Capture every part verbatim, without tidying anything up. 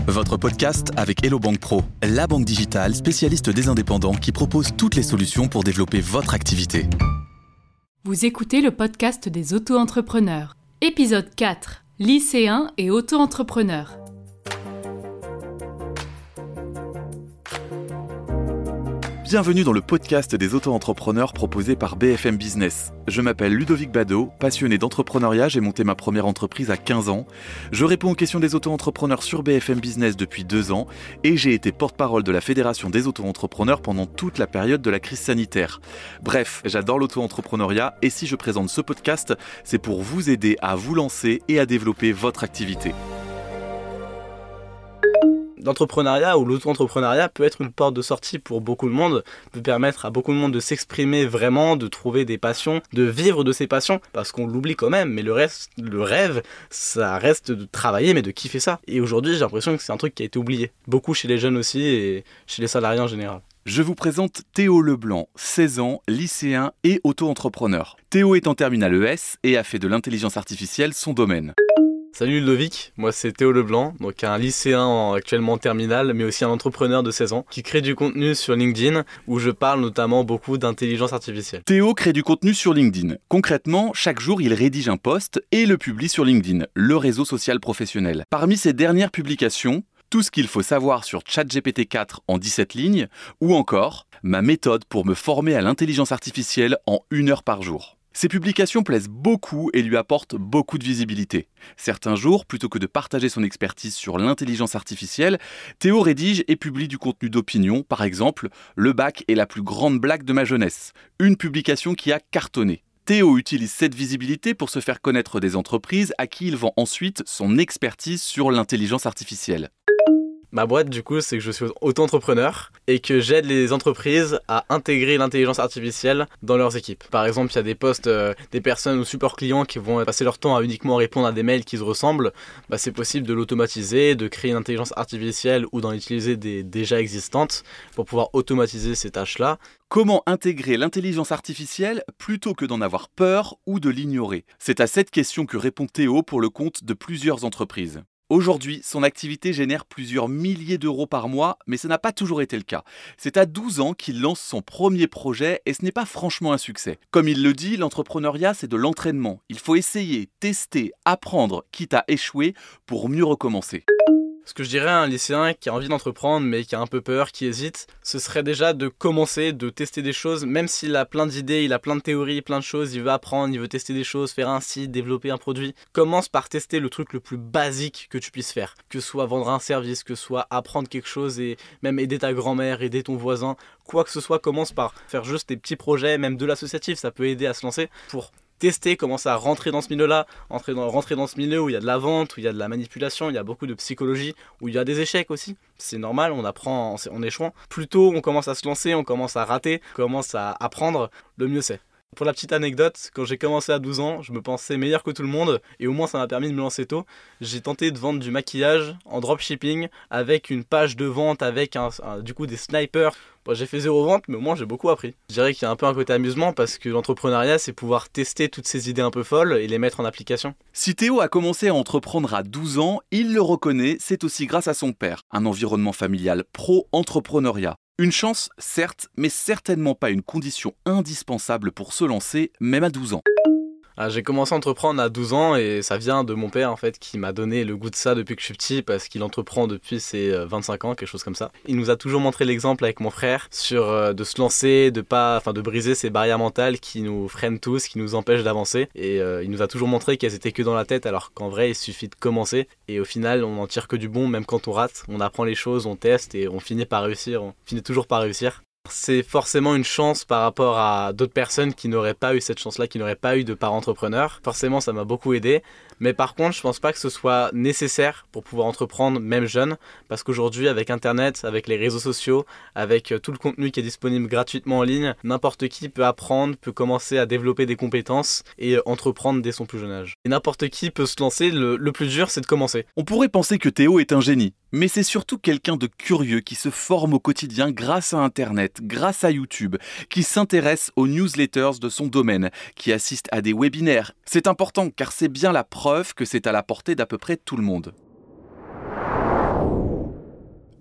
Votre podcast avec Hello Bank Pro, la banque digitale spécialiste des indépendants qui propose toutes les solutions pour développer votre activité. Vous écoutez le podcast des auto-entrepreneurs. Épisode quatre. Lycéens et auto-entrepreneurs. Bienvenue dans le podcast des auto-entrepreneurs proposé par B F M Business. Je m'appelle Ludovic Bado, passionné d'entrepreneuriat, j'ai monté ma première entreprise à quinze ans. Je réponds aux questions des auto-entrepreneurs sur B F M Business depuis deux ans et j'ai été porte-parole de la Fédération des auto-entrepreneurs pendant toute la période de la crise sanitaire. Bref, j'adore l'auto-entrepreneuriat et si je présente ce podcast, c'est pour vous aider à vous lancer et à développer votre activité. L'entrepreneuriat ou l'auto-entrepreneuriat peut être une porte de sortie pour beaucoup de monde, peut permettre à beaucoup de monde de s'exprimer vraiment, de trouver des passions, de vivre de ses passions, parce qu'on l'oublie quand même, mais le reste, le rêve, ça reste de travailler, mais de kiffer ça. Et aujourd'hui, j'ai l'impression que c'est un truc qui a été oublié, beaucoup chez les jeunes aussi et chez les salariés en général. Je vous présente Théo Leblanc, seize ans, lycéen et auto-entrepreneur. Théo est en terminale E S et a fait de l'intelligence artificielle son domaine. Salut Ludovic, moi c'est Théo Leblanc, donc un lycéen en, actuellement en terminale, mais aussi un entrepreneur de seize ans, qui crée du contenu sur LinkedIn, où je parle notamment beaucoup d'intelligence artificielle. Théo crée du contenu sur LinkedIn. Concrètement, chaque jour, il rédige un post et le publie sur LinkedIn, le réseau social professionnel. Parmi ses dernières publications, tout ce qu'il faut savoir sur ChatGPT quatre en dix-sept lignes, ou encore ma méthode pour me former à l'intelligence artificielle en une heure par jour. Ces publications plaisent beaucoup et lui apportent beaucoup de visibilité. Certains jours, plutôt que de partager son expertise sur l'intelligence artificielle, Théo rédige et publie du contenu d'opinion, par exemple « Le bac est la plus grande blague de ma jeunesse », une publication qui a cartonné. Théo utilise cette visibilité pour se faire connaître des entreprises à qui il vend ensuite son expertise sur l'intelligence artificielle. Ma boîte, du coup, c'est que je suis auto-entrepreneur et que j'aide les entreprises à intégrer l'intelligence artificielle dans leurs équipes. Par exemple, il y a des postes, euh, des personnes ou support clients qui vont passer leur temps à uniquement répondre à des mails qui se ressemblent. Bah, c'est possible de l'automatiser, de créer une intelligence artificielle ou d'en utiliser des déjà existantes pour pouvoir automatiser ces tâches-là. Comment intégrer l'intelligence artificielle plutôt que d'en avoir peur ou de l'ignorer ? C'est à cette question que répond Théo pour le compte de plusieurs entreprises. Aujourd'hui, son activité génère plusieurs milliers d'euros par mois, mais ce n'a pas toujours été le cas. C'est à douze ans qu'il lance son premier projet et ce n'est pas franchement un succès. Comme il le dit, l'entrepreneuriat, c'est de l'entraînement. Il faut essayer, tester, apprendre, quitte à échouer pour mieux recommencer. Ce que je dirais à un lycéen qui a envie d'entreprendre mais qui a un peu peur, qui hésite, ce serait déjà de commencer, de tester des choses, même s'il a plein d'idées, il a plein de théories, plein de choses, il veut apprendre, il veut tester des choses, faire un site, développer un produit. Commence par tester le truc le plus basique que tu puisses faire, que ce soit vendre un service, que ce soit apprendre quelque chose et même aider ta grand-mère, aider ton voisin, quoi que ce soit, commence par faire juste des petits projets, même de l'associatif, ça peut aider à se lancer pour tester, commencer à rentrer dans ce milieu-là, rentrer dans, rentrer dans ce milieu où il y a de la vente, où il y a de la manipulation, il y a beaucoup de psychologie, où il y a des échecs aussi. C'est normal, on apprend en, en échouant. Plus tôt on commence à se lancer, on commence à rater, on commence à apprendre, le mieux c'est. Pour la petite anecdote, quand j'ai commencé à douze ans, je me pensais meilleur que tout le monde et au moins ça m'a permis de me lancer tôt. J'ai tenté de vendre du maquillage en dropshipping avec une page de vente, avec un, un, du coup des snipers. Bon, j'ai fait zéro vente, mais au moins j'ai beaucoup appris. Je dirais qu'il y a un peu un côté amusement parce que l'entrepreneuriat, c'est pouvoir tester toutes ces idées un peu folles et les mettre en application. Si Théo a commencé à entreprendre à douze ans, il le reconnaît, c'est aussi grâce à son père, un environnement familial pro-entrepreneuriat. Une chance, certes, mais certainement pas une condition indispensable pour se lancer, même à douze ans. Ah, j'ai commencé à entreprendre à douze ans et ça vient de mon père en fait qui m'a donné le goût de ça depuis que je suis petit parce qu'il entreprend depuis ses vingt-cinq ans, quelque chose comme ça. Il nous a toujours montré l'exemple avec mon frère sur euh, de se lancer, de pas, enfin de briser ces barrières mentales qui nous freinent tous, qui nous empêchent d'avancer. Et euh, il nous a toujours montré qu'elles étaient que dans la tête alors qu'en vrai il suffit de commencer et au final on n'en tire que du bon même quand on rate. On apprend les choses, on teste et on finit par réussir, on finit toujours par réussir. C'est forcément une chance par rapport à d'autres personnes qui n'auraient pas eu cette chance-là, qui n'auraient pas eu de parents entrepreneurs. Forcément, ça m'a beaucoup aidé. Mais par contre, je pense pas que ce soit nécessaire pour pouvoir entreprendre, même jeune, parce qu'aujourd'hui, avec Internet, avec les réseaux sociaux, avec tout le contenu qui est disponible gratuitement en ligne, n'importe qui peut apprendre, peut commencer à développer des compétences et entreprendre dès son plus jeune âge. Et n'importe qui peut se lancer, le, le plus dur, c'est de commencer. On pourrait penser que Théo est un génie, mais c'est surtout quelqu'un de curieux qui se forme au quotidien grâce à Internet, grâce à YouTube, qui s'intéresse aux newsletters de son domaine, qui assiste à des webinaires. C'est important car c'est bien la preuve que c'est à la portée d'à peu près tout le monde.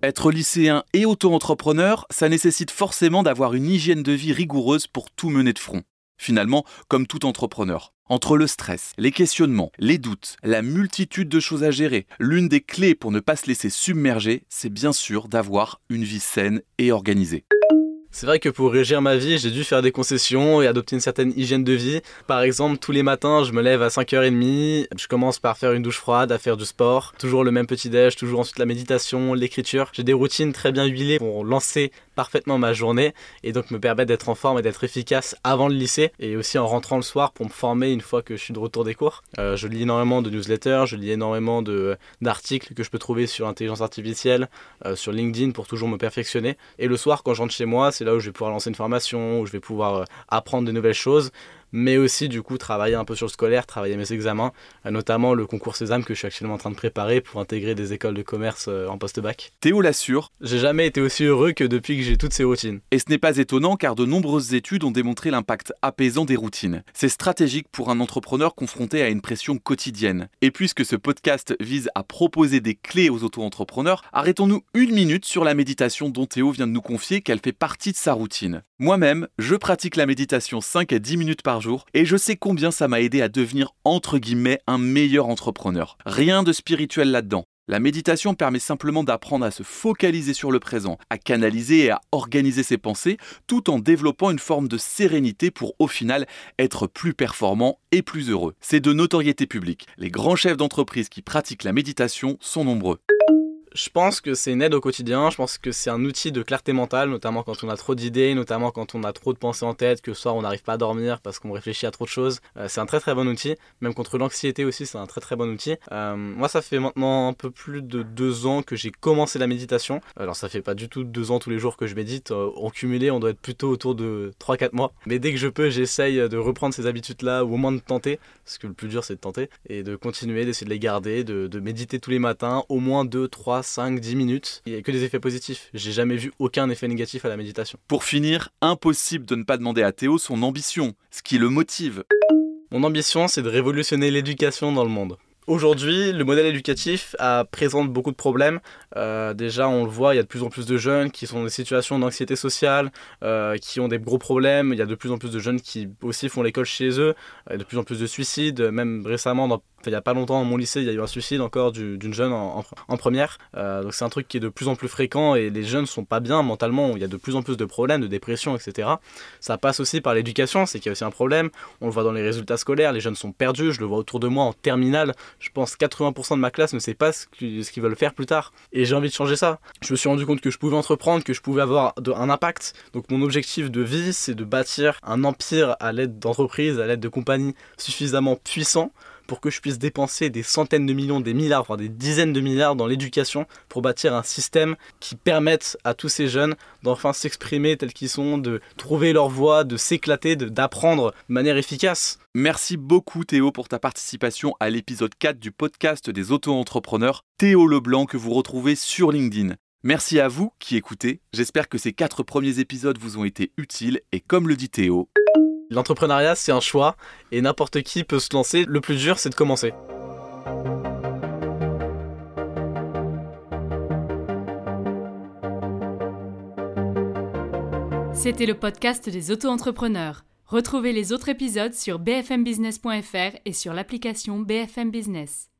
Être lycéen et auto-entrepreneur, ça nécessite forcément d'avoir une hygiène de vie rigoureuse pour tout mener de front. Finalement, comme tout entrepreneur. Entre le stress, les questionnements, les doutes, la multitude de choses à gérer, l'une des clés pour ne pas se laisser submerger, c'est bien sûr d'avoir une vie saine et organisée. C'est vrai que pour régir ma vie, j'ai dû faire des concessions et adopter une certaine hygiène de vie. Par exemple, tous les matins, je me lève à cinq heures trente, je commence par faire une douche froide, à faire du sport, toujours le même petit-déj, toujours ensuite la méditation, l'écriture. J'ai des routines très bien huilées pour lancer parfaitement ma journée et donc me permettre d'être en forme et d'être efficace avant le lycée et aussi en rentrant le soir pour me former une fois que je suis de retour des cours. Euh, je lis énormément de newsletters, je lis énormément de, d'articles que je peux trouver sur l'intelligence artificielle, euh, sur LinkedIn pour toujours me perfectionner. Et le soir, quand je rentre chez moi, c'est là où je vais pouvoir lancer une formation, où je vais pouvoir euh, apprendre de nouvelles choses, mais aussi du coup travailler un peu sur le scolaire, travailler mes examens, euh, notamment le concours Sésame que je suis actuellement en train de préparer pour intégrer des écoles de commerce euh, en post-bac. Théo l'assure. J'ai jamais été aussi heureux que depuis que j'ai toutes ces routines. Et ce n'est pas étonnant car de nombreuses études ont démontré l'impact apaisant des routines. C'est stratégique pour un entrepreneur confronté à une pression quotidienne. Et puisque ce podcast vise à proposer des clés aux auto-entrepreneurs, arrêtons-nous une minute sur la méditation dont Théo vient de nous confier qu'elle fait partie de sa routine. Moi-même, je pratique la méditation cinq à dix minutes par jour et je sais combien ça m'a aidé à devenir entre guillemets un meilleur entrepreneur. Rien de spirituel là-dedans. La méditation permet simplement d'apprendre à se focaliser sur le présent, à canaliser et à organiser ses pensées, tout en développant une forme de sérénité pour au final être plus performant et plus heureux. C'est de notoriété publique. Les grands chefs d'entreprise qui pratiquent la méditation sont nombreux. Je pense que c'est une aide au quotidien, je pense que c'est un outil de clarté mentale, notamment quand on a trop d'idées, notamment quand on a trop de pensées en tête, que le soir on n'arrive pas à dormir parce qu'on réfléchit à trop de choses. Euh, c'est un très très bon outil, même contre l'anxiété aussi c'est un très très bon outil. Euh, moi ça fait maintenant un peu plus de deux ans que j'ai commencé la méditation. Alors ça fait pas du tout deux ans tous les jours que je médite, euh, en cumulé on doit être plutôt autour de trois à quatre mois. Mais dès que je peux j'essaye de reprendre ces habitudes là, ou au moins de tenter, parce que le plus dur c'est de tenter, et de continuer, d'essayer de les garder, de, de méditer tous les matins, au moins deux, trois, cinq, dix minutes. Il n'y a que des effets positifs. J'ai jamais vu aucun effet négatif à la méditation. Pour finir, impossible de ne pas demander à Théo son ambition, ce qui le motive. Mon ambition, c'est de révolutionner l'éducation dans le monde. Aujourd'hui, le modèle éducatif a, présente beaucoup de problèmes. Euh, déjà, on le voit, il y a de plus en plus de jeunes qui sont dans des situations d'anxiété sociale, euh, qui ont des gros problèmes. Il y a de plus en plus de jeunes qui aussi font l'école chez eux. Il y a de plus en plus de suicides. Même récemment, dans, enfin, il n'y a pas longtemps, dans mon lycée, il y a eu un suicide encore du, d'une jeune en, en, en première. Euh, donc c'est un truc qui est de plus en plus fréquent et les jeunes ne sont pas bien mentalement. Il y a de plus en plus de problèmes, de dépression, et cetera. Ça passe aussi par l'éducation, c'est qu'il y a aussi un problème. On le voit dans les résultats scolaires, les jeunes sont perdus. Je le vois autour de moi en terminale. Je pense que quatre-vingts pour cent de ma classe ne sait pas ce qu'ils, ce qu'ils veulent faire plus tard. Et j'ai envie de changer ça. Je me suis rendu compte que je pouvais entreprendre, que je pouvais avoir de, un impact. Donc mon objectif de vie, c'est de bâtir un empire à l'aide d'entreprises, à l'aide de compagnies suffisamment puissants pour que je puisse dépenser des centaines de millions, des milliards, voire des dizaines de milliards dans l'éducation pour bâtir un système qui permette à tous ces jeunes d'enfin s'exprimer tels qu'ils sont, de trouver leur voie, de s'éclater, de, d'apprendre de manière efficace. Merci beaucoup Théo pour ta participation à l'épisode quatre du podcast des auto-entrepreneurs, Théo Leblanc que vous retrouvez sur LinkedIn. Merci à vous qui écoutez, j'espère que ces quatre premiers épisodes vous ont été utiles et comme le dit Théo... L'entrepreneuriat, c'est un choix et n'importe qui peut se lancer. Le plus dur, c'est de commencer. C'était le podcast des auto-entrepreneurs. Retrouvez les autres épisodes sur b f m business point f r et sur l'application B F M Business.